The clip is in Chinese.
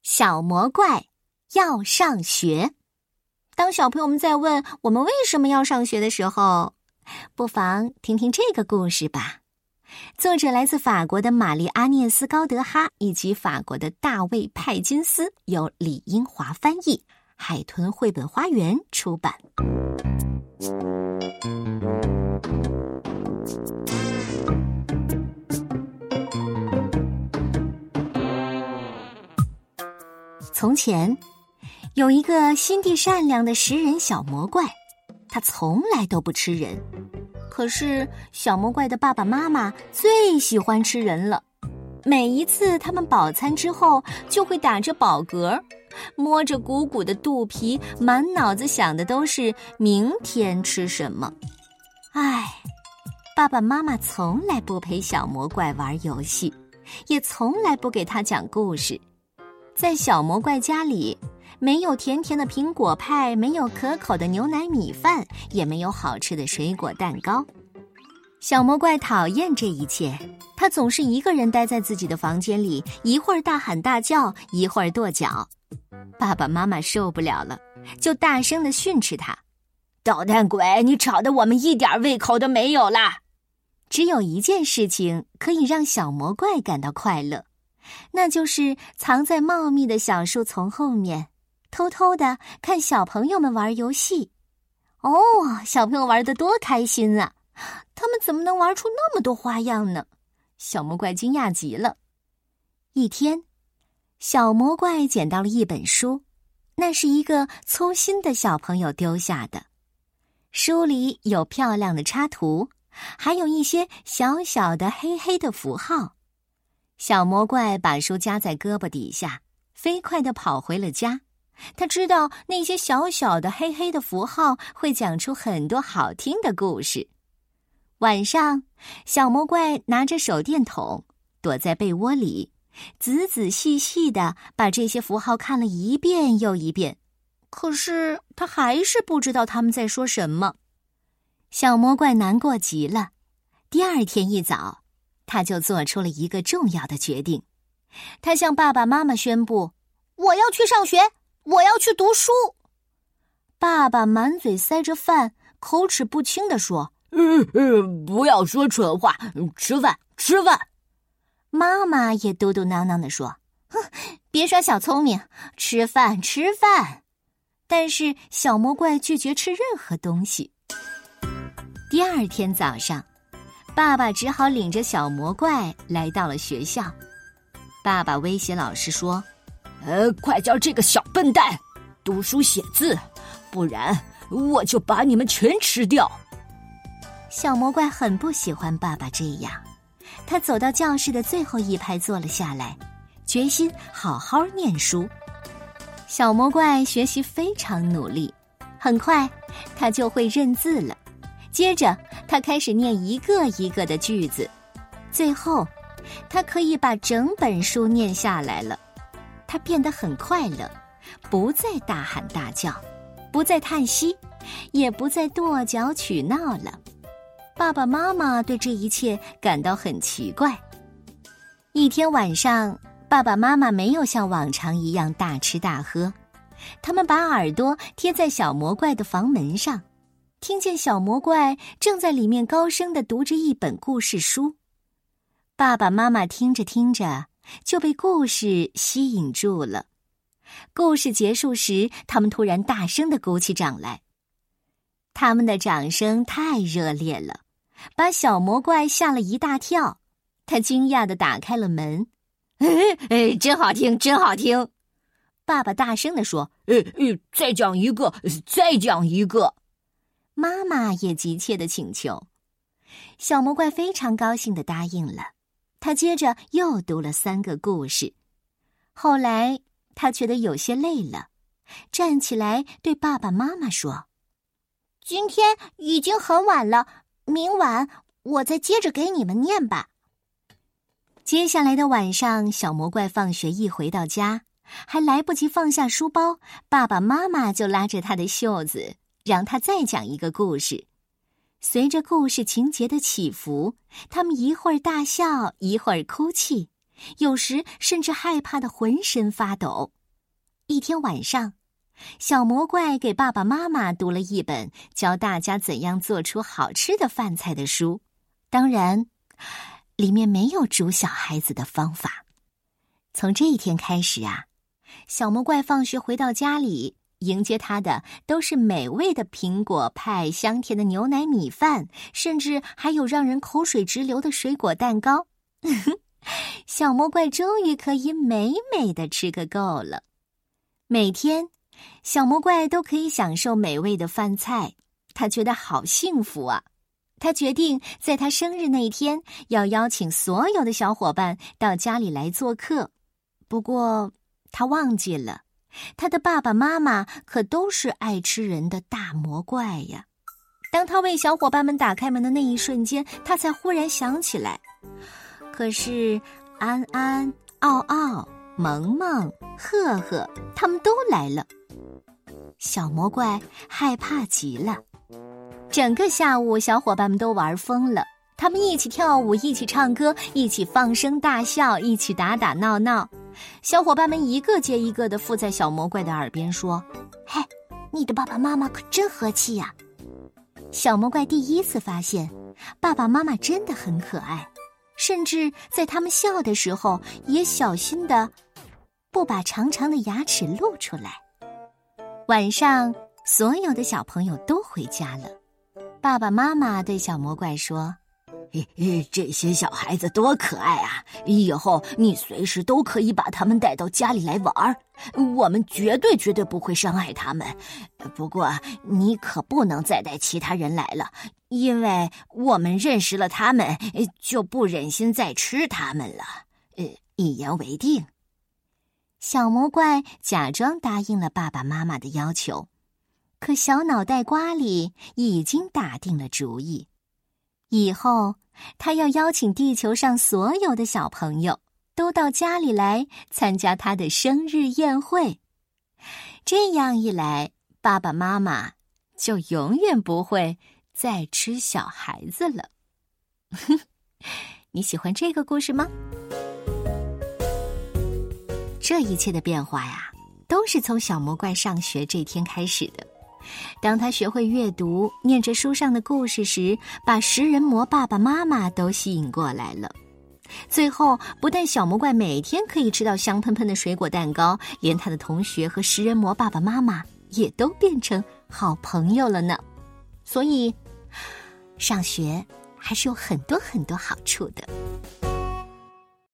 小魔怪要上学。当小朋友们在问我们为什么要上学的时候，不妨听听这个故事吧。作者来自法国的玛丽阿涅斯高德哈以及法国的大卫派金斯，由李英华翻译，海豚绘本花园出版。从前有一个心地善良的食人小魔怪，他从来都不吃人。可是小魔怪的爸爸妈妈最喜欢吃人了，每一次他们饱餐之后就会打着饱嗝，摸着鼓鼓的肚皮，满脑子想的都是明天吃什么。爸爸妈妈从来不陪小魔怪玩游戏，也从来不给他讲故事。在小魔怪家里，没有甜甜的苹果派，没有可口的牛奶米饭，也没有好吃的水果蛋糕。小魔怪讨厌这一切，他总是一个人待在自己的房间里，一会儿大喊大叫，一会儿跺脚。爸爸妈妈受不了了，就大声地训斥他：捣蛋鬼，你吵得我们一点胃口都没有啦！只有一件事情可以让小魔怪感到快乐，那就是藏在茂密的小树丛后面，偷偷地看小朋友们玩游戏。小朋友玩得多开心啊！他们怎么能玩出那么多花样呢？小魔怪惊讶极了。一天，小魔怪捡到了一本书，那是一个粗心的小朋友丢下的。书里有漂亮的插图，还有一些小小的黑黑的符号。小魔怪把书夹在胳膊底下，飞快地跑回了家。他知道那些小小的黑黑的符号会讲出很多好听的故事。晚上，小魔怪拿着手电筒，躲在被窝里，仔仔细细地把这些符号看了一遍又一遍。可是他还是不知道他们在说什么。小魔怪难过极了。第二天一早，他就做出了一个重要的决定。他向爸爸妈妈宣布：我要去上学，我要去读书。爸爸满嘴塞着饭，口齿不清地说： 不要说蠢话，吃饭，吃饭。 妈妈也嘟嘟囔囔地说：别耍小聪明，吃饭，吃饭。但是小魔怪拒绝吃任何东西。第二天早上，爸爸只好领着小魔怪来到了学校。爸爸威胁老师说： 快教这个小笨蛋读书写字，不然我就把你们全吃掉。 小魔怪很不喜欢爸爸这样，他走到教室的最后一排坐了下来，决心好好念书。小魔怪学习非常努力，很快他就会认字了。接着他开始念一个一个的句子，最后他可以把整本书念下来了。他变得很快乐，不再大喊大叫，不再叹息，也不再跺脚取闹了。爸爸妈妈对这一切感到很奇怪。一天晚上，爸爸妈妈没有像往常一样大吃大喝，他们把耳朵贴在小魔怪的房门上，听见小魔怪正在里面高声地读着一本故事书。爸爸妈妈听着听着就被故事吸引住了。故事结束时，他们突然大声地鼓起掌来。他们的掌声太热烈了，把小魔怪吓了一大跳。他惊讶地打开了门。真好听，真好听！爸爸大声地说： 再讲一个，再讲一个！ 妈妈也急切地请求。小魔怪非常高兴地答应了。他接着又读了3个故事。后来他觉得有些累了，站起来对爸爸妈妈说：今天已经很晚了，明晚我再接着给你们念吧。接下来的晚上，小魔怪放学一回到家，还来不及放下书包，爸爸妈妈就拉着他的袖子，让他再讲一个故事。随着故事情节的起伏，他们一会儿大笑，一会儿哭泣，有时甚至害怕得浑身发抖。 一天晚上，小魔怪给爸爸妈妈读了一本教大家怎样做出好吃的饭菜的书，当然，里面没有煮小孩子的方法。从这一天开始啊，小魔怪放学回到家里，迎接他的都是美味的苹果派、香甜的牛奶米饭，甚至还有让人口水直流的水果蛋糕。小魔怪终于可以美美的吃个够了。每天，小魔怪都可以享受美味的饭菜，他觉得好幸福啊！他决定在他生日那一天，要邀请所有的小伙伴到家里来做客。不过，他忘记了，他的爸爸妈妈可都是爱吃人的大魔怪呀。当他为小伙伴们打开门的那一瞬间，他才忽然想起来，可是安安、奥奥、萌萌、赫赫他们都来了。小魔怪害怕极了。整个下午，小伙伴们都玩疯了，他们一起跳舞，一起唱歌，一起放声大笑，一起打打闹闹。小伙伴们一个接一个地附在小魔怪的耳边说：“嘿，你的爸爸妈妈可真和气呀！”小魔怪第一次发现，爸爸妈妈真的很可爱，甚至在他们笑的时候，也小心地不把长长的牙齿露出来。晚上，所有的小朋友都回家了。爸爸妈妈对小魔怪说：“ 这些小孩子多可爱啊！以后你随时都可以把他们带到家里来玩，我们绝对不会伤害他们。不过你可不能再带其他人来了，因为我们认识了他们，就不忍心再吃他们了。一言为定。” 小魔怪假装答应了爸爸妈妈的要求，可小脑袋瓜里已经打定了主意。以后，他要邀请地球上所有的小朋友都到家里来参加他的生日宴会。这样一来，爸爸妈妈就永远不会再吃小孩子了。你喜欢这个故事吗？这一切的变化呀，都是从小魔怪上学这天开始的。当他学会阅读，念着书上的故事时，把食人魔爸爸妈妈都吸引过来了。最后，不但小魔怪每天可以吃到香喷喷的水果蛋糕，连他的同学和食人魔爸爸妈妈也都变成好朋友了呢。所以，上学还是有很多很多好处的。